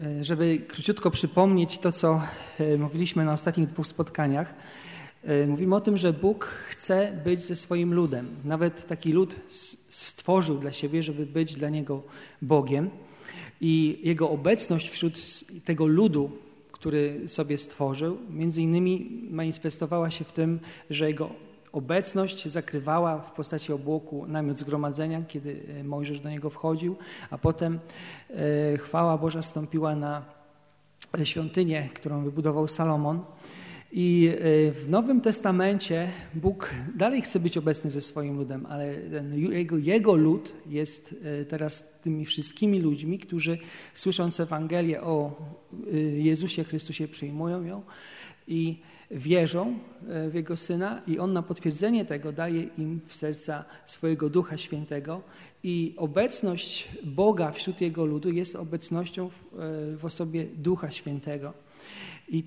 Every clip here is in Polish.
żeby króciutko przypomnieć to, co mówiliśmy na ostatnich 2 spotkaniach. Mówimy o tym, że Bóg chce być ze swoim ludem. Nawet taki lud stworzył dla siebie, żeby być dla Niego Bogiem. I Jego obecność wśród tego ludu, który sobie stworzył, między innymi manifestowała się w tym, że Jego obecność zakrywała w postaci obłoku namiot zgromadzenia, kiedy Mojżesz do niego wchodził, a potem chwała Boża stąpiła na świątynię, którą wybudował Salomon. I w Nowym Testamencie Bóg dalej chce być obecny ze swoim ludem, ale Jego lud jest teraz tymi wszystkimi ludźmi, którzy słysząc Ewangelię o Jezusie Chrystusie przyjmują ją i wierzą w Jego Syna i On na potwierdzenie tego daje im w serca swojego Ducha Świętego i obecność Boga wśród Jego ludu jest obecnością w osobie Ducha Świętego. I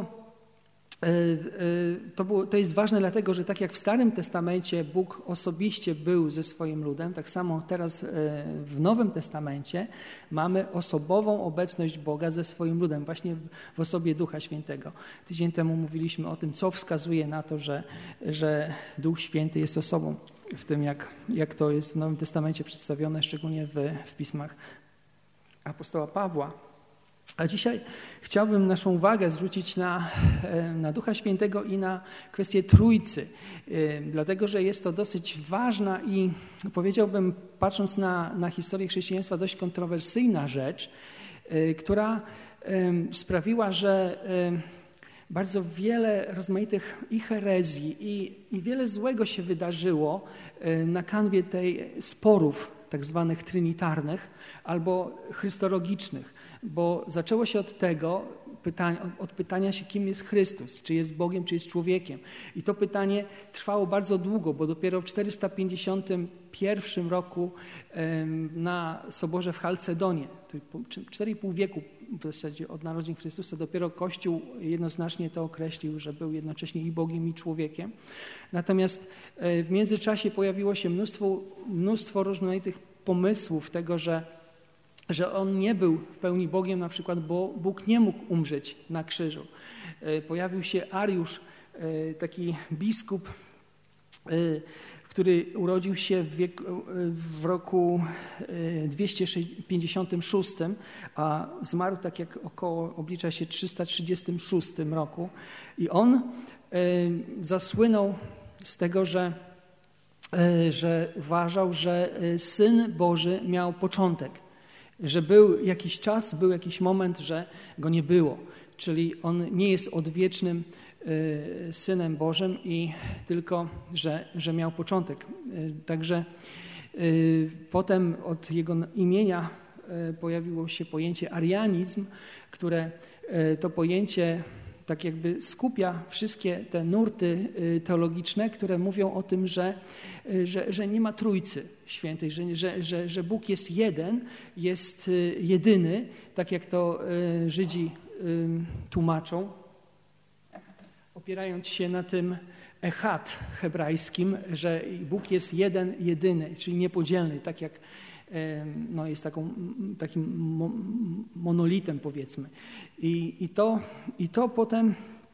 to jest ważne dlatego, że tak jak w Starym Testamencie Bóg osobiście był ze swoim ludem, tak samo teraz w Nowym Testamencie mamy osobową obecność Boga ze swoim ludem, właśnie w osobie Ducha Świętego. Tydzień temu mówiliśmy o tym, co wskazuje na to, że Duch Święty jest osobą w tym, jak to jest w Nowym Testamencie przedstawione, szczególnie w pismach apostoła Pawła. A dzisiaj chciałbym naszą uwagę zwrócić na Ducha Świętego i na kwestię Trójcy, dlatego że jest to dosyć ważna i powiedziałbym, patrząc na historię chrześcijaństwa, dość kontrowersyjna rzecz, która sprawiła, że bardzo wiele rozmaitych i herezji i wiele złego się wydarzyło na kanwie tej sporów tak zwanych trinitarnych albo chrystologicznych, bo zaczęło się od tego od pytania się, kim jest Chrystus, czy jest Bogiem, czy jest człowiekiem. I to pytanie trwało bardzo długo, bo dopiero w 451 roku na Soborze w Chalcedonie, 4,5 wieku w zasadzie od narodzin Chrystusa, dopiero Kościół jednoznacznie to określił, że był jednocześnie i Bogiem, i człowiekiem. Natomiast w międzyczasie pojawiło się mnóstwo rozmaitych pomysłów tego, że On nie był w pełni Bogiem, na przykład, bo Bóg nie mógł umrzeć na krzyżu. Pojawił się Ariusz, taki biskup, który urodził się w roku 256, a zmarł tak jak oblicza się 336 roku. I on zasłynął z tego, że uważał, że Syn Boży miał początek, że był jakiś czas, był jakiś moment, że go nie było. Czyli on nie jest odwiecznym Synem Bożym i tylko, że miał początek. Także potem od jego imienia pojawiło się pojęcie arianizm, które to pojęcie tak jakby skupia wszystkie te nurty teologiczne, które mówią o tym, że nie ma Trójcy Świętej, że Bóg jest jeden, jest jedyny, tak jak to Żydzi tłumaczą, opierając się na tym echad hebrajskim, że Bóg jest jeden, jedyny, czyli niepodzielny, tak jak jest takim monolitem, powiedzmy. I to potem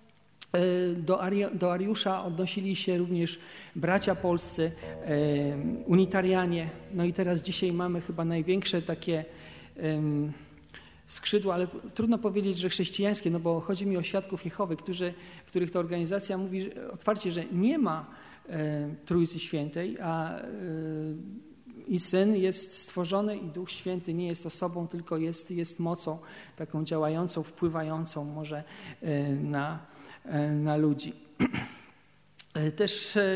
do Ariusza odnosili się również bracia polscy, unitarianie. No i teraz dzisiaj mamy chyba największe takie skrzydła, ale trudno powiedzieć, że chrześcijańskie, no bo chodzi mi o Świadków Jehowy, których to organizacja mówi otwarcie, że nie ma Trójcy Świętej, i Syn jest stworzony i Duch Święty nie jest osobą, tylko jest mocą taką działającą, wpływającą może na ludzi. Też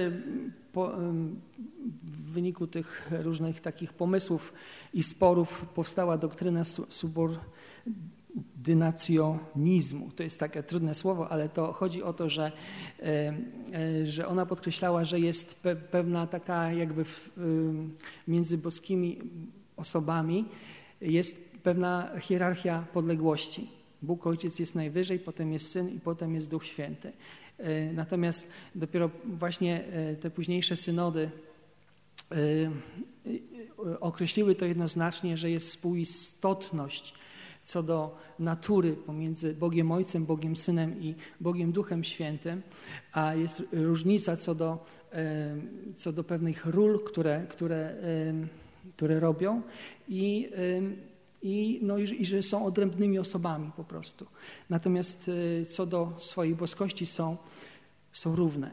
w wyniku tych różnych takich pomysłów i sporów powstała doktryna subordynacjonizmu. To jest takie trudne słowo, ale to chodzi o to, że ona podkreślała, że jest pewna taka jakby między boskimi osobami jest pewna hierarchia podległości. Bóg Ojciec jest najwyżej, potem jest Syn i potem jest Duch Święty. Natomiast dopiero właśnie te późniejsze synody określiły to jednoznacznie, że jest współistotność co do natury pomiędzy Bogiem Ojcem, Bogiem Synem i Bogiem Duchem Świętym, a jest różnica co do pewnych ról, które robią i że są odrębnymi osobami po prostu. Natomiast co do swojej boskości są równe.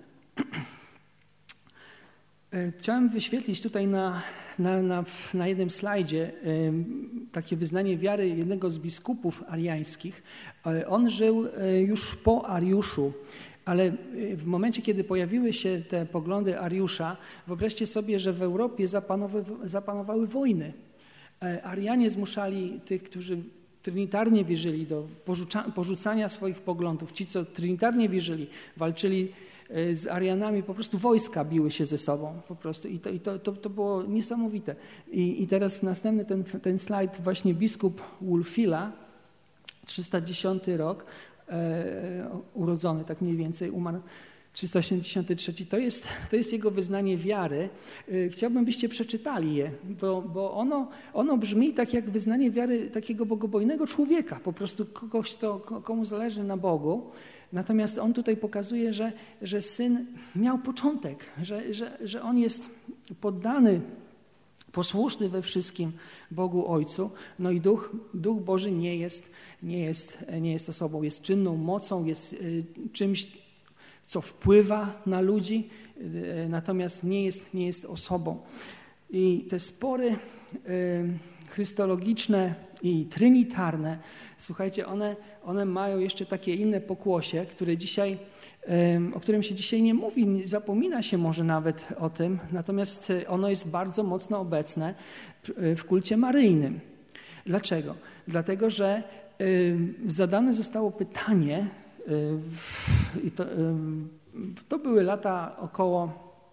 Chciałem wyświetlić tutaj na jednym slajdzie takie wyznanie wiary jednego z biskupów ariańskich. On żył już po Ariuszu, ale w momencie, kiedy pojawiły się te poglądy Ariusza, wyobraźcie sobie, że w Europie zapanowały wojny. Arianie zmuszali tych, którzy trinitarnie wierzyli, do porzucania swoich poglądów. Ci, co trinitarnie wierzyli, walczyli z Arianami, po prostu wojska biły się ze sobą po prostu i to było niesamowite. I teraz następny ten slajd, właśnie biskup Wulfila, 310 rok, urodzony, tak mniej więcej, umarł 383. To jest jego wyznanie wiary. Chciałbym, byście przeczytali je, bo ono brzmi tak jak wyznanie wiary takiego bogobojnego człowieka, po prostu kogoś, komu zależy na Bogu. Natomiast on tutaj pokazuje, że syn miał początek, że on jest poddany, posłuszny we wszystkim Bogu Ojcu. No i Duch Boży nie jest osobą, jest czynną mocą, jest czymś, co wpływa na ludzi, natomiast nie jest osobą. I te spory chrystologiczne i trinitarne, słuchajcie, one mają jeszcze takie inne pokłosie, o którym się dzisiaj nie mówi, zapomina się może nawet o tym, natomiast ono jest bardzo mocno obecne w kulcie maryjnym. Dlaczego? Dlatego, że zadane zostało pytanie, i to były lata około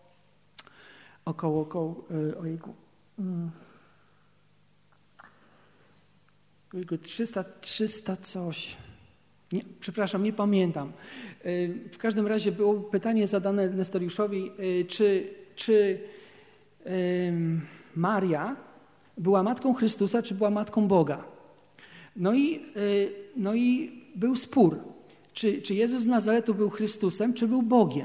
ojejku, 300 coś. Przepraszam, nie pamiętam. W każdym razie było pytanie zadane Nestoriuszowi, czy Maria była matką Chrystusa, czy była matką Boga. No i był spór, czy Jezus z Nazaretu był Chrystusem, czy był Bogiem.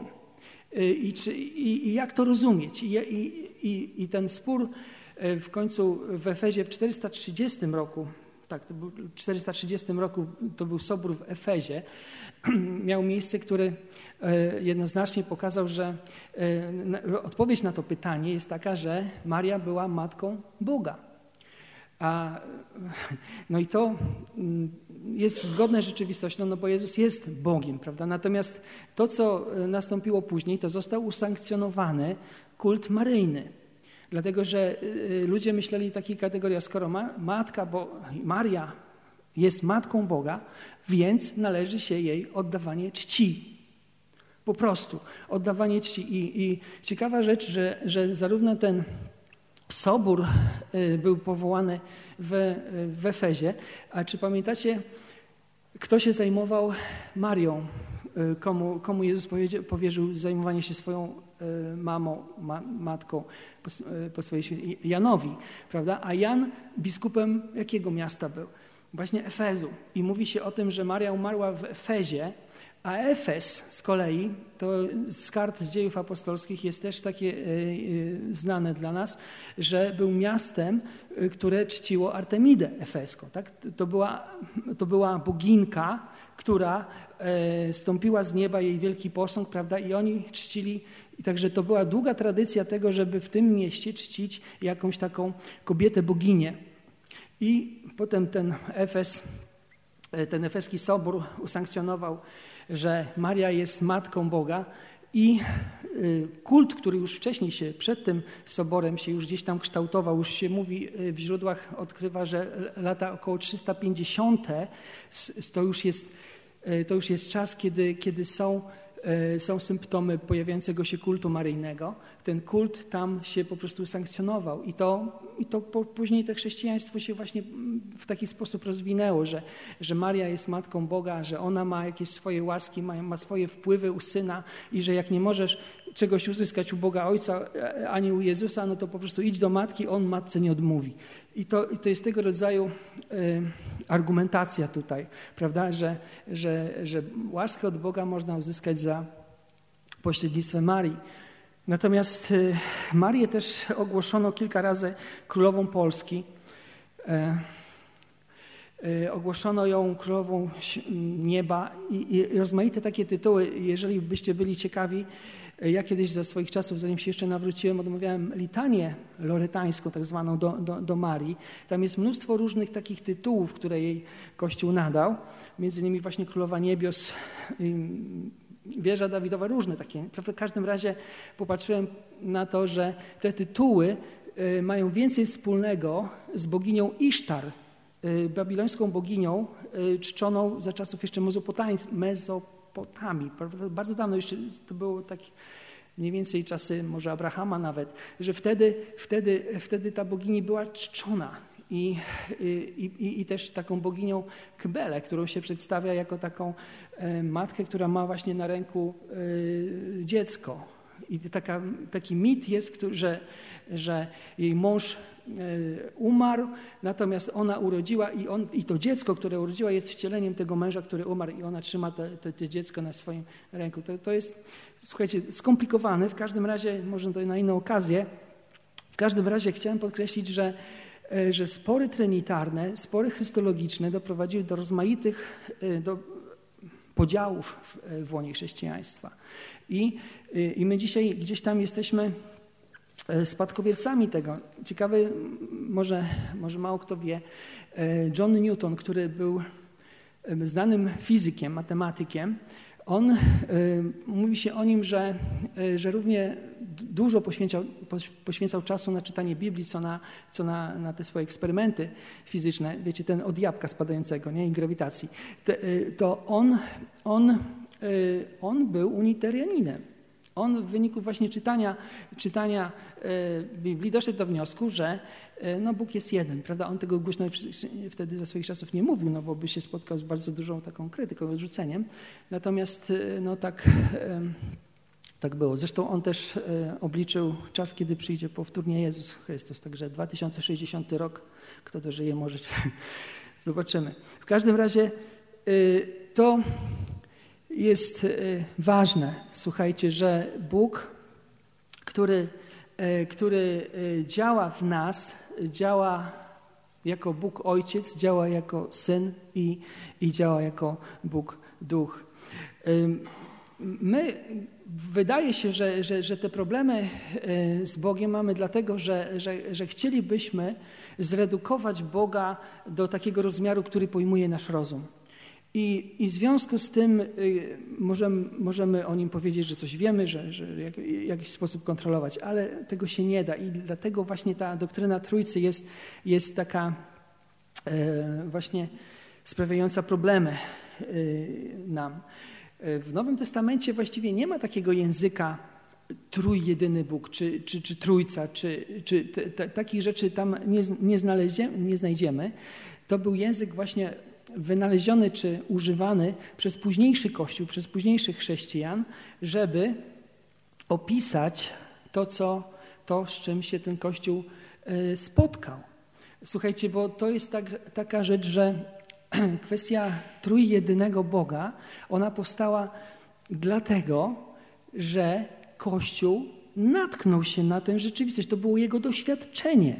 I jak to rozumieć? I ten spór w końcu w Efezie w 430 roku, tak, to był w 430 roku to był sobór w Efezie, miał miejsce, który jednoznacznie pokazał, że odpowiedź na to pytanie jest taka, że Maria była matką Boga. No i to jest zgodne z rzeczywistością, no bo Jezus jest Bogiem, prawda? Natomiast to, co nastąpiło później, to został usankcjonowany kult maryjny. Dlatego, że ludzie myśleli w takiej kategorii, skoro Maria jest matką Boga, więc należy się jej oddawanie czci. Po prostu oddawanie czci. I ciekawa rzecz, że zarówno ten sobór był powołany w Efezie, a czy pamiętacie, kto się zajmował Marią, komu Jezus powierzył zajmowanie się swoją mamą, matką po swojej śmierci? Janowi, prawda? A Jan biskupem jakiego miasta był? Właśnie Efezu. I mówi się o tym, że Maria umarła w Efezie, a Efes z kolei, to z kart z dziejów apostolskich jest też takie znane dla nas, że był miastem, które czciło Artemidę Efeską. Tak? To była boginka, która stąpiła z nieba, jej wielki posąg, prawda? I oni czcili, i także to była długa tradycja tego, żeby w tym mieście czcić jakąś taką kobietę boginię. I potem ten efeski sobór usankcjonował, że Maria jest matką Boga i kult, który już wcześniej się, przed tym soborem się już gdzieś tam kształtował, już się mówi, w źródłach odkrywa, że lata około 350 to już jest czas, kiedy są symptomy pojawiającego się kultu maryjnego. Ten kult tam się po prostu sankcjonował i to później to chrześcijaństwo się właśnie w taki sposób rozwinęło, że Maria jest matką Boga, że ona ma jakieś swoje łaski, ma swoje wpływy u Syna i że jak nie możesz czegoś uzyskać u Boga Ojca ani u Jezusa, no to po prostu idź do matki, on matce nie odmówi. I to jest tego rodzaju argumentacja tutaj, prawda, że łaskę od Boga można uzyskać za pośrednictwem Marii. Natomiast Marię też ogłoszono kilka razy królową Polski. Ogłoszono ją królową nieba i rozmaite takie tytuły. Jeżeli byście byli ciekawi, ja kiedyś za swoich czasów, zanim się jeszcze nawróciłem, odmawiałem litanię loretańską, tak zwaną do Marii. Tam jest mnóstwo różnych takich tytułów, które jej Kościół nadał. Między innymi właśnie Królowa Niebios, Wieża Dawidowa, różne takie. W każdym razie popatrzyłem na to, że te tytuły mają więcej wspólnego z boginią Isztar, babilońską boginią czczoną za czasów jeszcze Mezopotamii. Bardzo dawno jeszcze to było tak mniej więcej czasy może Abrahama nawet, że wtedy ta bogini była czczona. I też taką boginią Kbele, którą się przedstawia jako taką matkę, która ma właśnie na ręku dziecko. I taki mit jest, że jej mąż umarł, natomiast ona urodziła i to dziecko, które urodziła, jest wcieleniem tego męża, który umarł i ona trzyma to dziecko na swoim ręku. To jest, słuchajcie, skomplikowane. W każdym razie, może to na inną okazję, w każdym razie chciałem podkreślić, że spory trinitarne, spory chrystologiczne doprowadziły do rozmaitych podziałów w łonie chrześcijaństwa. I my dzisiaj gdzieś tam jesteśmy spadkobiercami tego. Ciekawe, może mało kto wie, John Newton, który był znanym fizykiem, matematykiem, mówi się o nim, że równie dużo poświęcał czasu na czytanie Biblii, co na te swoje eksperymenty fizyczne. Wiecie, ten od jabłka spadającego, nie? I grawitacji. To on był unitarianinem. On w wyniku właśnie czytania Biblii doszedł do wniosku, że Bóg jest jeden, prawda? On tego głośno wtedy za swoich czasów nie mówił, bo by się spotkał z bardzo dużą taką krytyką, odrzuceniem. Natomiast tak było. Zresztą on też obliczył czas, kiedy przyjdzie powtórnie Jezus Chrystus. Także 2060 rok, kto dożyje, może zobaczymy. W każdym razie to jest ważne, słuchajcie, że Bóg, który działa w nas, działa jako Bóg Ojciec, działa jako Syn i działa jako Bóg Duch. Wydaje się, że te problemy z Bogiem mamy dlatego, że chcielibyśmy zredukować Boga do takiego rozmiaru, który pojmuje nasz rozum. I w związku z tym możemy o Nim powiedzieć, że coś wiemy, że w jakiś sposób kontrolować, ale tego się nie da i dlatego właśnie ta doktryna Trójcy jest taka właśnie sprawiająca problemy nam. W Nowym Testamencie właściwie nie ma takiego języka trójjedyny Bóg, czy Trójca, czy takich rzeczy tam nie znajdziemy. To był język właśnie wynaleziony czy używany przez późniejszy Kościół, przez późniejszych chrześcijan, żeby opisać to, z czym się ten Kościół spotkał. Słuchajcie, bo to jest taka rzecz, że kwestia trójjedynego Boga, ona powstała dlatego, że Kościół natknął się na tę rzeczywistość. To było jego doświadczenie,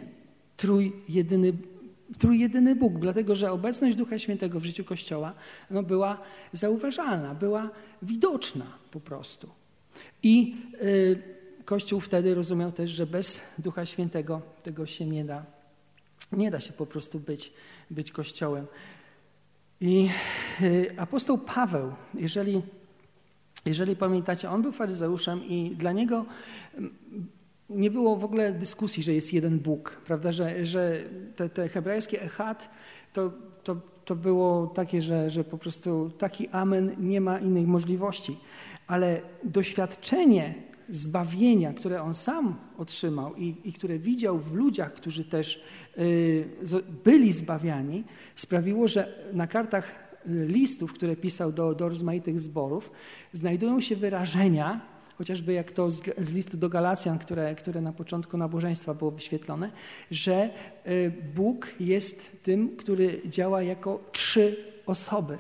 trójjedyny Bóg, dlatego że obecność Ducha Świętego w życiu Kościoła była zauważalna, była widoczna po prostu. I Kościół wtedy rozumiał też, że bez Ducha Świętego tego się nie da się po prostu być Kościołem. I apostoł Paweł, jeżeli pamiętacie, on był faryzeuszem i dla niego nie było w ogóle dyskusji, że jest jeden Bóg, prawda, że te hebrajskie echad to było takie, że po prostu taki amen, nie ma innej możliwości. Ale doświadczenie zbawienia, które on sam otrzymał i które widział w ludziach, którzy też byli zbawiani, sprawiło, że na kartach listów, które pisał do rozmaitych zborów, znajdują się wyrażenia chociażby jak to z listu do Galacjan, które na początku nabożeństwa było wyświetlone, że Bóg jest tym, który działa jako trzy osoby.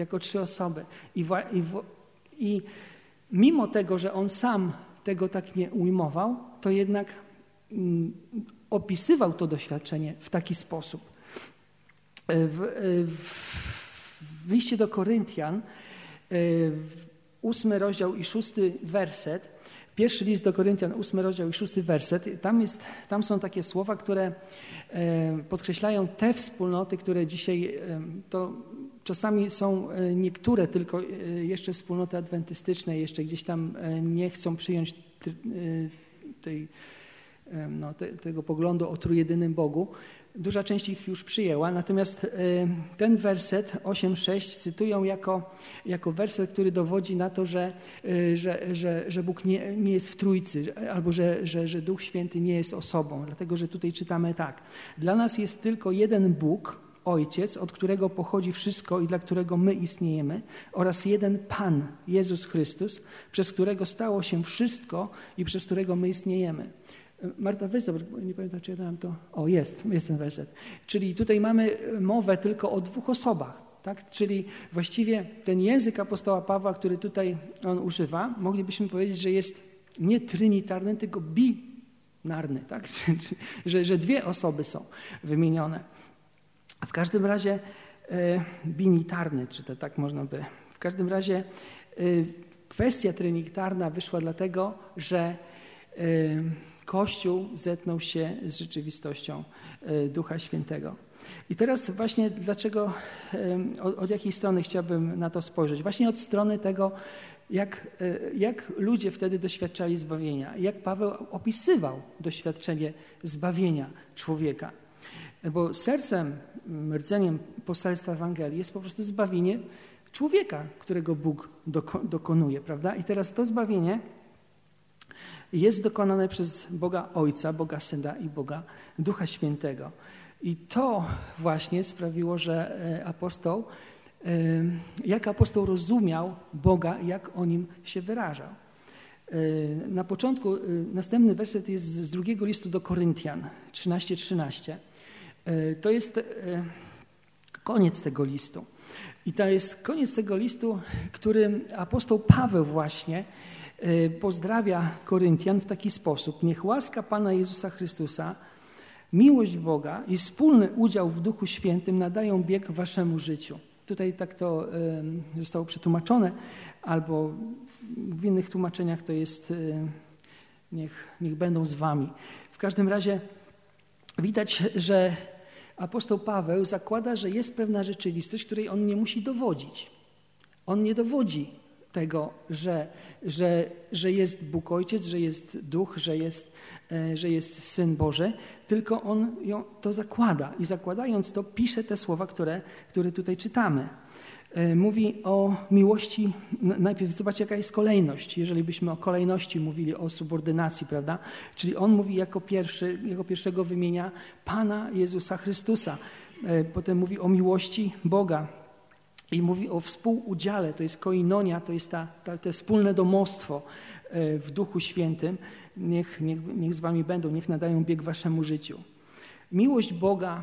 I mimo tego, że On sam tego tak nie ujmował, to jednak opisywał to doświadczenie w taki sposób. W liście do Koryntian, 8 rozdział i 6 werset, pierwszy list do Koryntian, 8 rozdział i 6 werset, tam są takie słowa, które podkreślają te wspólnoty, które dzisiaj to czasami są niektóre tylko jeszcze wspólnoty adwentystyczne, jeszcze gdzieś tam nie chcą przyjąć tego poglądu o trójjedynym Bogu. Duża część ich już przyjęła, natomiast ten werset 8:6 cytują jako werset, który dowodzi na to, że Bóg nie jest w Trójcy, albo że Duch Święty nie jest osobą, dlatego że tutaj czytamy tak. Dla nas jest tylko jeden Bóg, Ojciec, od którego pochodzi wszystko i dla którego my istniejemy, oraz jeden Pan, Jezus Chrystus, przez którego stało się wszystko i przez którego my istniejemy. Marta, weź zobacz, nie pamiętam, czy ja dałem to. O, jest ten werset. Czyli tutaj mamy mowę tylko o dwóch osobach. Tak? Czyli właściwie ten język apostoła Pawła, który tutaj on używa, moglibyśmy powiedzieć, że jest nie trinitarny, tylko binarny. Tak? że dwie osoby są wymienione. A w każdym razie binitarny, czy to tak można by. W każdym razie kwestia trinitarna wyszła dlatego, że Kościół zetknął się z rzeczywistością Ducha Świętego. I teraz właśnie dlaczego, od jakiej strony chciałbym na to spojrzeć? Właśnie od strony tego, jak ludzie wtedy doświadczali zbawienia. Jak Paweł opisywał doświadczenie zbawienia człowieka. Bo sercem, rdzeniem poselstwa Ewangelii jest po prostu zbawienie człowieka, którego Bóg dokonuje, prawda? I teraz to zbawienie jest dokonane przez Boga Ojca, Boga Syna i Boga Ducha Świętego. I to właśnie sprawiło, że apostoł rozumiał Boga, jak o Nim się wyrażał. Na początku, następny werset jest z drugiego listu do Koryntian, 13:13. To jest koniec tego listu. I to jest koniec tego listu, którym apostoł Paweł właśnie pozdrawia Koryntian w taki sposób. Niech łaska Pana Jezusa Chrystusa, miłość Boga i wspólny udział w Duchu Świętym nadają bieg waszemu życiu. Tutaj tak to zostało przetłumaczone, albo w innych tłumaczeniach to jest niech będą z wami. W każdym razie widać, że apostoł Paweł zakłada, że jest pewna rzeczywistość, której on nie musi dowodzić. On nie dowodzi tego, że jest Bóg Ojciec, że jest Duch, że jest Syn Boży, tylko on to zakłada i zakładając to pisze te słowa, które tutaj czytamy. Mówi o miłości, najpierw zobaczcie jaka jest kolejność, jeżeli byśmy o kolejności mówili, o subordynacji, prawda? Czyli on mówi jako pierwszego wymienia Pana Jezusa Chrystusa, potem mówi o miłości Boga i mówi o współudziale, to jest koinonia, to jest to wspólne domostwo w Duchu Świętym, niech z wami będą, niech nadają bieg waszemu życiu. Miłość Boga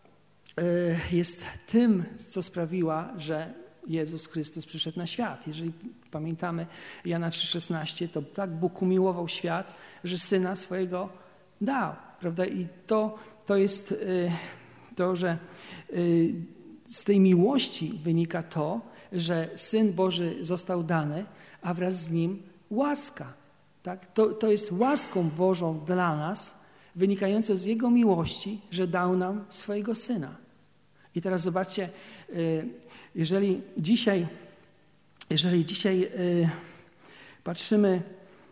jest tym, co sprawiła, że Jezus Chrystus przyszedł na świat. Jeżeli pamiętamy Jana 3,16, to tak Bóg umiłował świat, że Syna swojego dał. Prawda? I to jest to, że z tej miłości wynika to, że Syn Boży został dany, a wraz z Nim łaska. Tak? To jest łaską Bożą dla nas, wynikającą z Jego miłości, że dał nam swojego Syna. I teraz zobaczcie, jeżeli dzisiaj patrzymy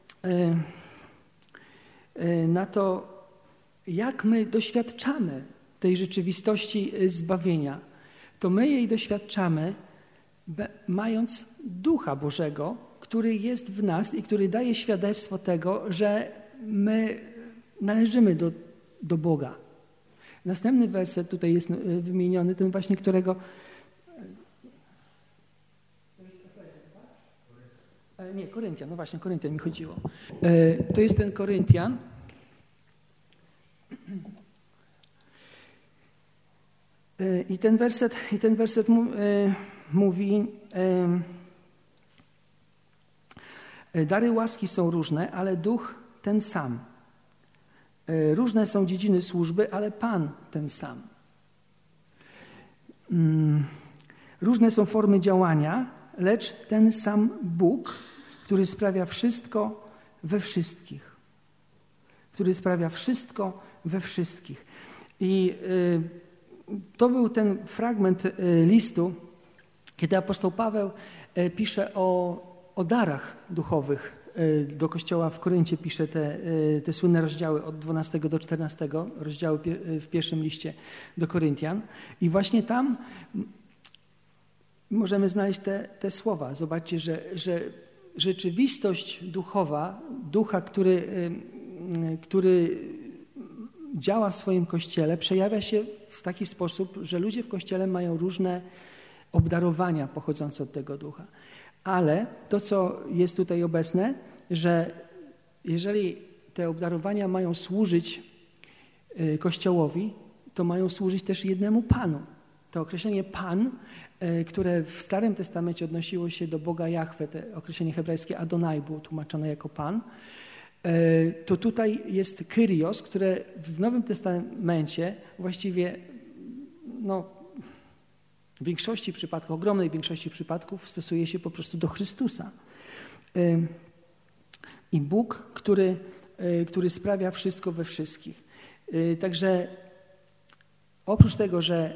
na to, jak my doświadczamy tej rzeczywistości zbawienia, to my jej doświadczamy mając Ducha Bożego, który jest w nas i który daje świadectwo tego, że my należymy do Boga. Następny werset tutaj jest wymieniony, ten właśnie, którego... Nie, Koryntian, no właśnie, Koryntian mi chodziło. To jest ten Koryntian. I ten werset mówi, dary łaski są różne, ale duch ten sam. Różne są dziedziny służby, ale Pan ten sam. Różne są formy działania, lecz ten sam Bóg, który sprawia wszystko we wszystkich. Który sprawia wszystko we wszystkich. I to był ten fragment listu, kiedy apostoł Paweł pisze o darach duchowych. Do Kościoła w Koryncie pisze te słynne rozdziały od 12 do 14, rozdziały w pierwszym liście do Koryntian. I właśnie tam możemy znaleźć te słowa. Zobaczcie, że rzeczywistość duchowa, ducha, który działa w swoim Kościele, przejawia się w taki sposób, że ludzie w Kościele mają różne obdarowania pochodzące od tego ducha. Ale to, co jest tutaj obecne, że jeżeli te obdarowania mają służyć Kościołowi, to mają służyć też jednemu Panu. To określenie Pan, które w Starym Testamencie odnosiło się do Boga Jahwe, to określenie hebrajskie Adonai było tłumaczone jako Pan, to tutaj jest Kyrios, które w Nowym Testamencie właściwie w większości przypadków, ogromnej większości przypadków stosuje się po prostu do Chrystusa. I Bóg, który sprawia wszystko we wszystkich. Także oprócz tego, że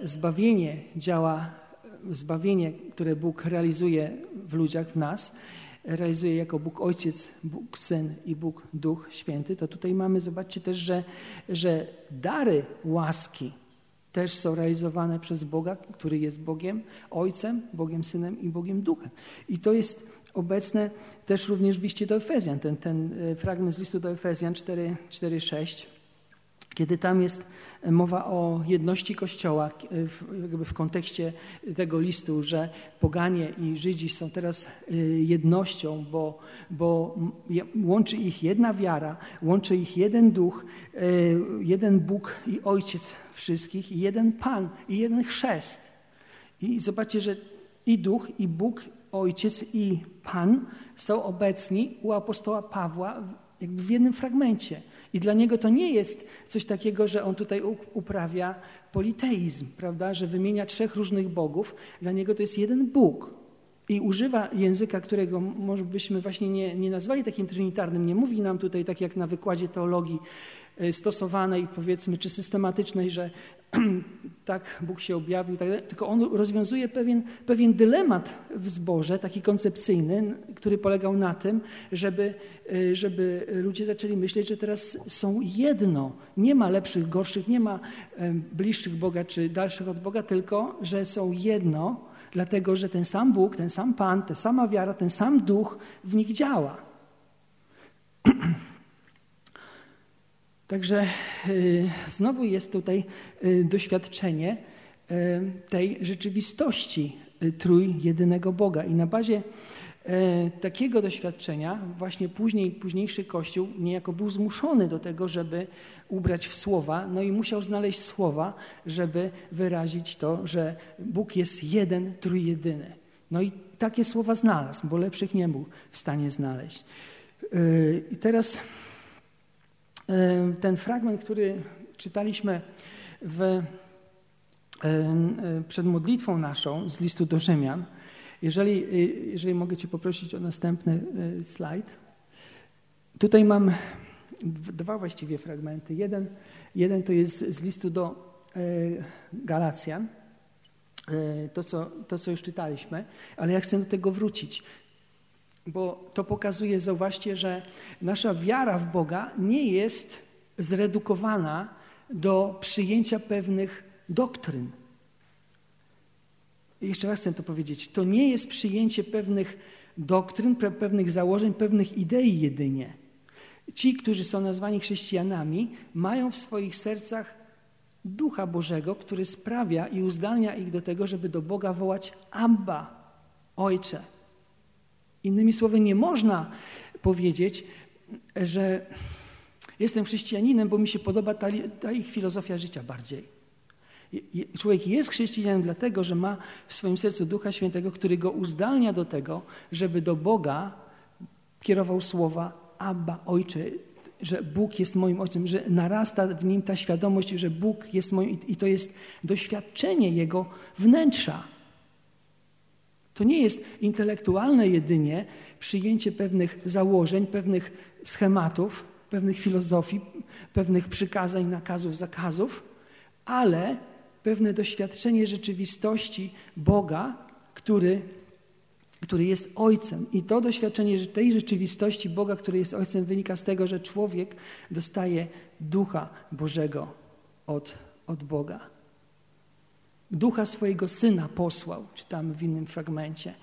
zbawienie, które Bóg realizuje w ludziach, w nas, realizuje jako Bóg Ojciec, Bóg Syn i Bóg Duch Święty, to tutaj mamy, zobaczcie też, że dary łaski też są realizowane przez Boga, który jest Bogiem Ojcem, Bogiem Synem i Bogiem Duchem. I to jest obecne też również w liście do Efezjan, ten fragment z listu do Efezjan 4:6, kiedy tam jest mowa o jedności Kościoła, jakby w kontekście tego listu, że poganie i Żydzi są teraz jednością, bo łączy ich jedna wiara, łączy ich jeden duch, jeden Bóg i Ojciec wszystkich, i jeden Pan, i jeden chrzest. I zobaczcie, że i Duch, i Bóg, Ojciec, i Pan są obecni u apostoła Pawła jakby w jednym fragmencie. I dla niego to nie jest coś takiego, że on tutaj uprawia politeizm, prawda, że wymienia trzech różnych bogów. Dla niego to jest jeden Bóg. I używa języka, którego może byśmy właśnie nie nazwali takim trinitarnym. Nie mówi nam tutaj, tak jak na wykładzie teologii stosowanej, powiedzmy, czy systematycznej, że tak Bóg się objawił, tylko on rozwiązuje pewien dylemat w zborze, taki koncepcyjny, który polegał na tym, żeby ludzie zaczęli myśleć, że teraz są jedno. Nie ma lepszych, gorszych, nie ma bliższych Boga czy dalszych od Boga, tylko że są jedno, dlatego że ten sam Bóg, ten sam Pan, ta sama wiara, ten sam Duch w nich działa. Także znowu jest tutaj doświadczenie tej rzeczywistości trójjedynego Boga. I na bazie takiego doświadczenia właśnie późniejszy Kościół niejako był zmuszony do tego, żeby ubrać w słowa, no i musiał znaleźć słowa, żeby wyrazić to, że Bóg jest jeden, trójjedyny. No i takie słowa znalazł, bo lepszych nie był w stanie znaleźć. I teraz ten fragment, który czytaliśmy przed modlitwą naszą z listu do Rzymian, jeżeli mogę Cię poprosić o następny slajd. Tutaj mam dwa właściwie fragmenty. Jeden to jest z listu do Galacjan, to co już czytaliśmy, ale ja chcę do tego wrócić. Bo to pokazuje, zauważcie, że nasza wiara w Boga nie jest zredukowana do przyjęcia pewnych doktryn. Jeszcze raz chcę to powiedzieć. To nie jest przyjęcie pewnych doktryn, pewnych założeń, pewnych idei jedynie. Ci, którzy są nazwani chrześcijanami, mają w swoich sercach Ducha Bożego, który sprawia i uzdalnia ich do tego, żeby do Boga wołać Abba, Ojcze. Innymi słowy, nie można powiedzieć, że jestem chrześcijaninem, bo mi się podoba ta ich filozofia życia bardziej. Człowiek jest chrześcijaninem dlatego, że ma w swoim sercu Ducha Świętego, który go uzdalnia do tego, żeby do Boga kierował słowa Abba, Ojcze, że Bóg jest moim Ojcem, że narasta w nim ta świadomość, że Bóg jest moim i to jest doświadczenie jego wnętrza. To nie jest intelektualne jedynie przyjęcie pewnych założeń, pewnych schematów, pewnych filozofii, pewnych przykazań, nakazów, zakazów, ale pewne doświadczenie rzeczywistości Boga, który jest Ojcem. I to doświadczenie tej rzeczywistości Boga, który jest Ojcem, wynika z tego, że człowiek dostaje Ducha Bożego od Boga. Ducha swojego Syna posłał, czytamy w innym fragmencie.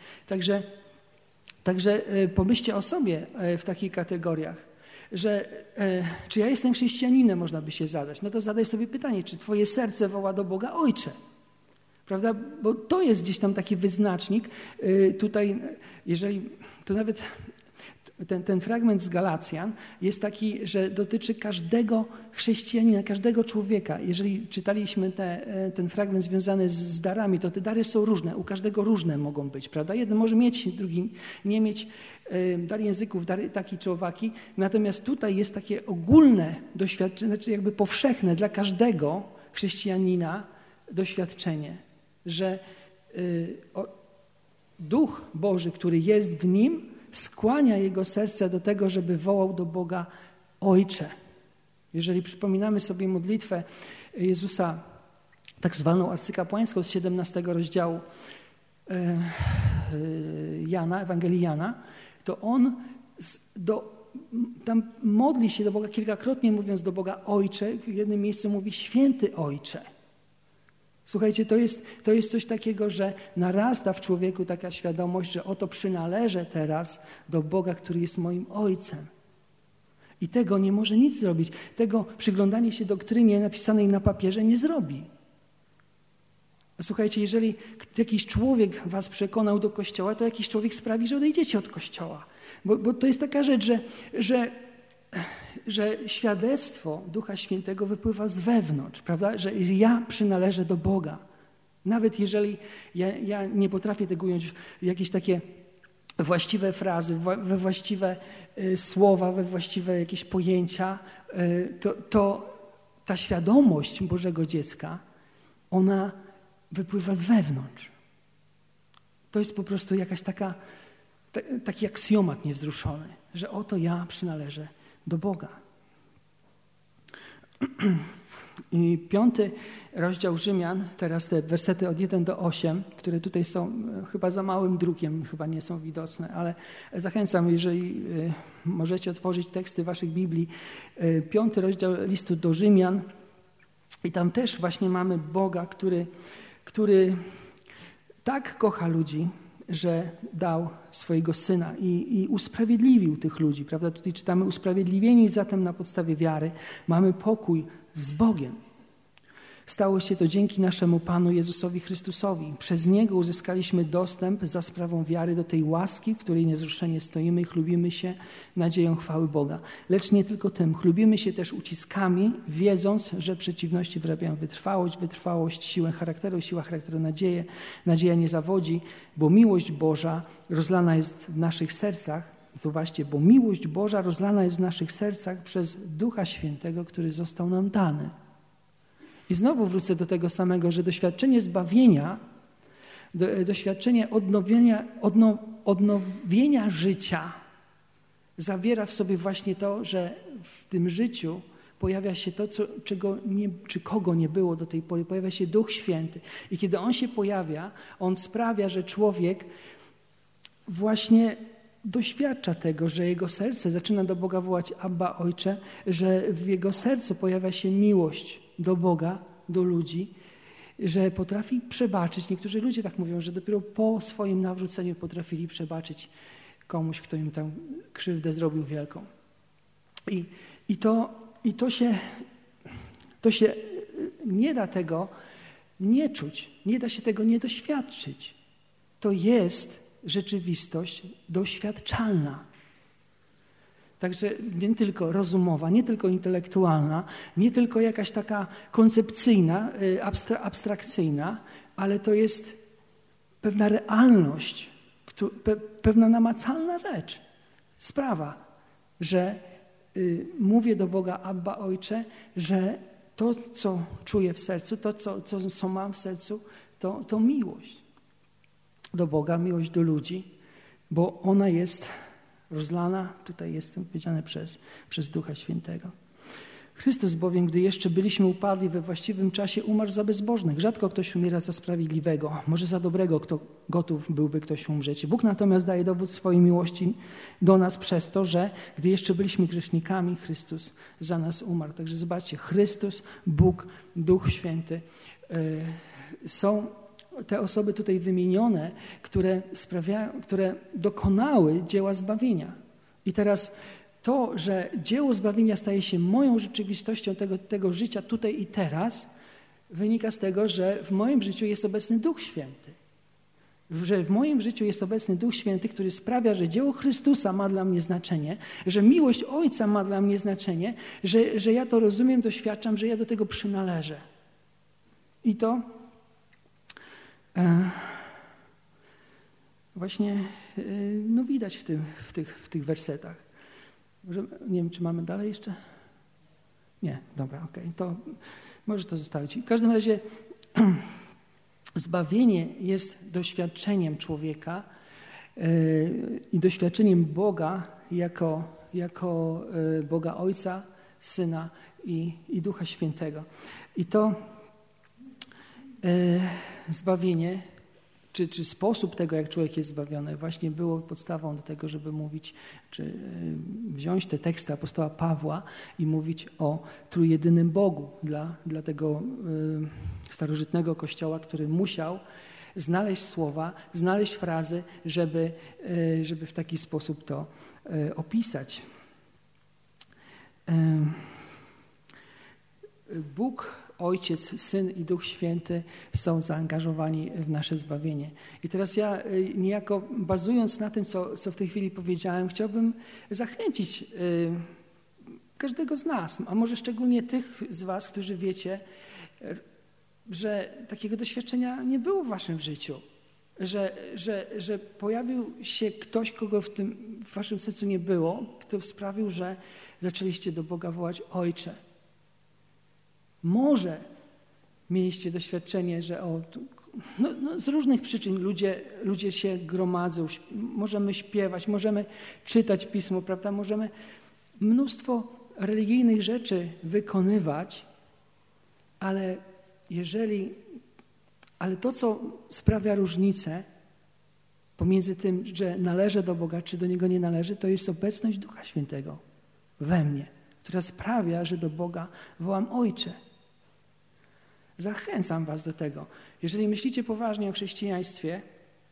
Także pomyślcie o sobie w takich kategoriach, że czy ja jestem chrześcijaninem, można by się zadać. No to zadaj sobie pytanie, czy twoje serce woła do Boga Ojcze? Prawda? Bo to jest gdzieś tam taki wyznacznik. Tutaj, jeżeli to nawet ten fragment z Galacjan jest taki, że dotyczy każdego chrześcijanina, każdego człowieka. Jeżeli czytaliśmy ten fragment związany z darami, to te dary są różne. U każdego różne mogą być, prawda? Jeden może mieć, drugi nie mieć. Dar języków, dar taki czy owaki. Natomiast tutaj jest takie ogólne doświadczenie, znaczy jakby powszechne dla każdego chrześcijanina doświadczenie, że Duch Boży, który jest w nim, skłania jego serce do tego, żeby wołał do Boga Ojcze. Jeżeli przypominamy sobie modlitwę Jezusa, tak zwaną arcykapłańską z 17 rozdziału Ewangelii Jana, to on tam modli się do Boga kilkakrotnie, mówiąc do Boga Ojcze. W jednym miejscu mówi Święty Ojcze. Słuchajcie, to jest coś takiego, że narasta w człowieku taka świadomość, że oto przynależę teraz do Boga, który jest moim Ojcem. I tego nie może nic zrobić. Tego przyglądanie się doktrynie napisanej na papierze nie zrobi. Słuchajcie, jeżeli jakiś człowiek was przekonał do Kościoła, to jakiś człowiek sprawi, że odejdziecie od Kościoła. Bo to jest taka rzecz, że świadectwo Ducha Świętego wypływa z wewnątrz, prawda? Że ja przynależę do Boga. Nawet jeżeli ja nie potrafię tego ująć w jakieś takie właściwe frazy, we właściwe słowa, we właściwe jakieś pojęcia, to ta świadomość Bożego dziecka, ona wypływa z wewnątrz. To jest po prostu jakaś taki aksjomat niewzruszony, że oto ja przynależę do Boga. I 5 rozdział Rzymian, teraz te wersety od 1 do 8, które tutaj są chyba za małym drukiem, chyba nie są widoczne, ale zachęcam, jeżeli możecie otworzyć teksty waszych Biblii, 5 rozdział listu do Rzymian i tam też właśnie mamy Boga, który tak kocha ludzi, że dał swojego Syna i usprawiedliwił tych ludzi. Prawda? Tutaj czytamy, usprawiedliwieni zatem na podstawie wiary mamy pokój z Bogiem. Stało się to dzięki naszemu Panu Jezusowi Chrystusowi. Przez Niego uzyskaliśmy dostęp za sprawą wiary do tej łaski, w której niewzruszenie stoimy i chlubimy się nadzieją chwały Boga. Lecz nie tylko tym. Chlubimy się też uciskami, wiedząc, że przeciwności wyrabiają wytrwałość, wytrwałość, siła charakteru nadzieję. Nadzieja nie zawodzi, bo miłość Boża rozlana jest w naszych sercach. Zauważcie, bo miłość Boża rozlana jest w naszych sercach przez Ducha Świętego, który został nam dany. I znowu wrócę do tego samego, że doświadczenie zbawienia, doświadczenie odnowienia życia zawiera w sobie właśnie to, że w tym życiu pojawia się to, kogo nie było do tej pory. Pojawia się Duch Święty. I kiedy On się pojawia, On sprawia, że człowiek właśnie doświadcza tego, że jego serce zaczyna do Boga wołać Abba, Ojcze, że w jego sercu pojawia się miłość do Boga, do ludzi, że potrafi przebaczyć. Niektórzy ludzie tak mówią, że dopiero po swoim nawróceniu potrafili przebaczyć komuś, kto im tam krzywdę zrobił wielką. To się nie da tego nie czuć, nie da się tego nie doświadczyć. To jest rzeczywistość doświadczalna. Także nie tylko rozumowa, nie tylko intelektualna, nie tylko jakaś taka koncepcyjna, abstrakcyjna, ale to jest pewna realność, pewna namacalna rzecz, sprawa, że mówię do Boga, Abba, Ojcze, że to, co czuję w sercu, to, co mam w sercu, to miłość do Boga, miłość do ludzi, bo ona jest rozlana, tutaj jest powiedziane przez Ducha Świętego. Chrystus bowiem, gdy jeszcze byliśmy upadli we właściwym czasie, umarł za bezbożnych. Rzadko ktoś umiera za sprawiedliwego, może za dobrego, kto gotów byłby ktoś umrzeć. Bóg natomiast daje dowód swojej miłości do nas przez to, że gdy jeszcze byliśmy grzesznikami, Chrystus za nas umarł. Także zobaczcie, Chrystus, Bóg, Duch Święty. Są te osoby tutaj wymienione, które dokonały dzieła zbawienia. I teraz to, że dzieło zbawienia staje się moją rzeczywistością tego życia tutaj i teraz, wynika z tego, że w moim życiu jest obecny Duch Święty. Że w moim życiu jest obecny Duch Święty, który sprawia, że dzieło Chrystusa ma dla mnie znaczenie, że miłość Ojca ma dla mnie znaczenie, że ja to rozumiem, doświadczam, że ja do tego przynależę. I to właśnie widać w tych wersetach. Nie wiem, czy mamy dalej jeszcze? Nie, dobra, okej. To może to zostawić. W każdym razie zbawienie jest doświadczeniem człowieka i doświadczeniem Boga jako Boga Ojca, Syna i Ducha Świętego. I to zbawienie, czy sposób tego, jak człowiek jest zbawiony, właśnie było podstawą do tego, żeby mówić, czy wziąć te teksty apostoła Pawła i mówić o trójjedynym Bogu dla tego starożytnego Kościoła, który musiał znaleźć słowa, znaleźć frazy, żeby w taki sposób to opisać. Bóg, Ojciec, Syn i Duch Święty są zaangażowani w nasze zbawienie. I teraz ja niejako bazując na tym, co w tej chwili powiedziałem, chciałbym zachęcić każdego z nas, a może szczególnie tych z was, którzy wiecie, że takiego doświadczenia nie było w waszym życiu. Że pojawił się ktoś, kogo w waszym sercu nie było, kto sprawił, że zaczęliście do Boga wołać Ojcze. Może mieliście doświadczenie, że z różnych przyczyn ludzie się gromadzą, możemy śpiewać, możemy czytać Pismo, prawda? Możemy mnóstwo religijnych rzeczy wykonywać, ale to, co sprawia różnicę pomiędzy tym, że należę do Boga, czy do Niego nie należy, to jest obecność Ducha Świętego we mnie, która sprawia, że do Boga wołam Ojcze. Zachęcam was do tego. Jeżeli myślicie poważnie o chrześcijaństwie,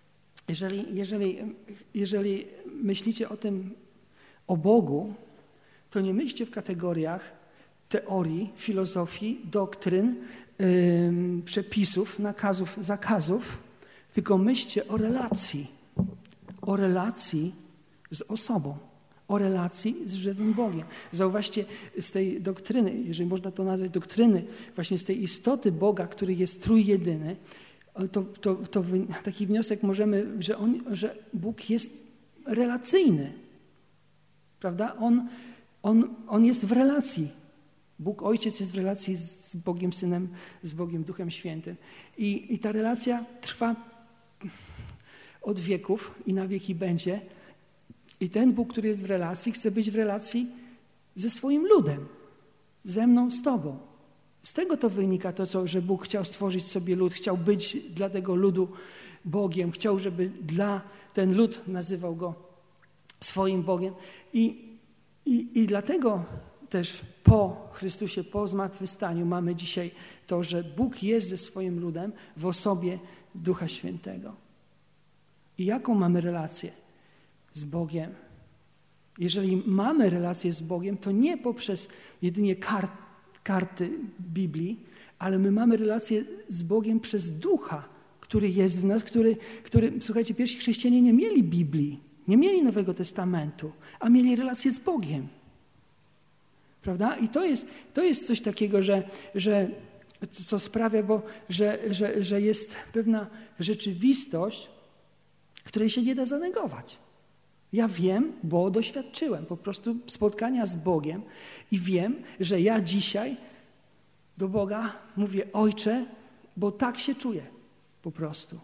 jeżeli myślicie o Bogu, to nie myślcie w kategoriach teorii, filozofii, doktryn, przepisów, nakazów, zakazów, tylko myślcie o relacji z osobą, o relacji z żywym Bogiem. Zauważcie, z tej doktryny, jeżeli można to nazwać doktryny, właśnie z tej istoty Boga, który jest trójjedyny, to taki wniosek możemy, że Bóg jest relacyjny. Prawda? On jest w relacji. Bóg Ojciec jest w relacji z Bogiem Synem, z Bogiem Duchem Świętym. I ta relacja trwa od wieków i na wieki będzie. I ten Bóg, który jest w relacji, chce być w relacji ze swoim ludem, ze mną, z tobą. Z tego to wynika że Bóg chciał stworzyć sobie lud, chciał być dla tego ludu Bogiem, chciał, żeby ten lud nazywał Go swoim Bogiem. I dlatego też po Chrystusie, po zmartwychwstaniu mamy dzisiaj to, że Bóg jest ze swoim ludem w osobie Ducha Świętego. I jaką mamy relację z Bogiem? Jeżeli mamy relację z Bogiem, to nie poprzez jedynie karty Biblii, ale my mamy relację z Bogiem przez Ducha, który jest w nas, słuchajcie, pierwsi chrześcijanie nie mieli Biblii, nie mieli Nowego Testamentu, a mieli relację z Bogiem. Prawda? I to jest coś takiego, co sprawia, że jest pewna rzeczywistość, której się nie da zanegować. Ja wiem, bo doświadczyłem po prostu spotkania z Bogiem i wiem, że ja dzisiaj do Boga mówię: Ojcze, bo tak się czuję po prostu.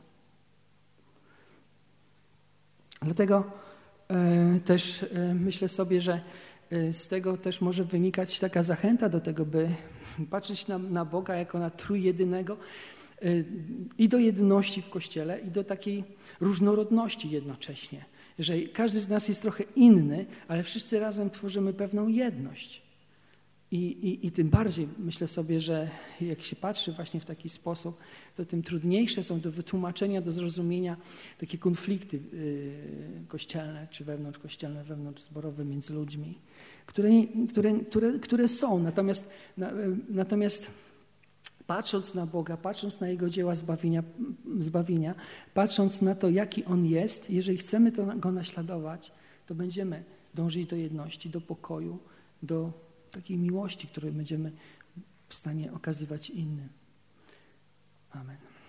Dlatego też myślę sobie, że z tego też może wynikać taka zachęta do tego, by patrzeć na Boga jako na trójjedynego i do jedności w Kościele, i do takiej różnorodności jednocześnie. Że każdy z nas jest trochę inny, ale wszyscy razem tworzymy pewną jedność. I tym bardziej myślę sobie, że jak się patrzy właśnie w taki sposób, to tym trudniejsze są do wytłumaczenia, do zrozumienia takie konflikty kościelne, czy wewnątrzkościelne, wewnątrzzborowe między ludźmi, które są. Natomiast patrząc na Boga, patrząc na Jego dzieła zbawienia, patrząc na to, jaki On jest, jeżeli chcemy Go naśladować, to będziemy dążyć do jedności, do pokoju, do takiej miłości, której będziemy w stanie okazywać innym. Amen.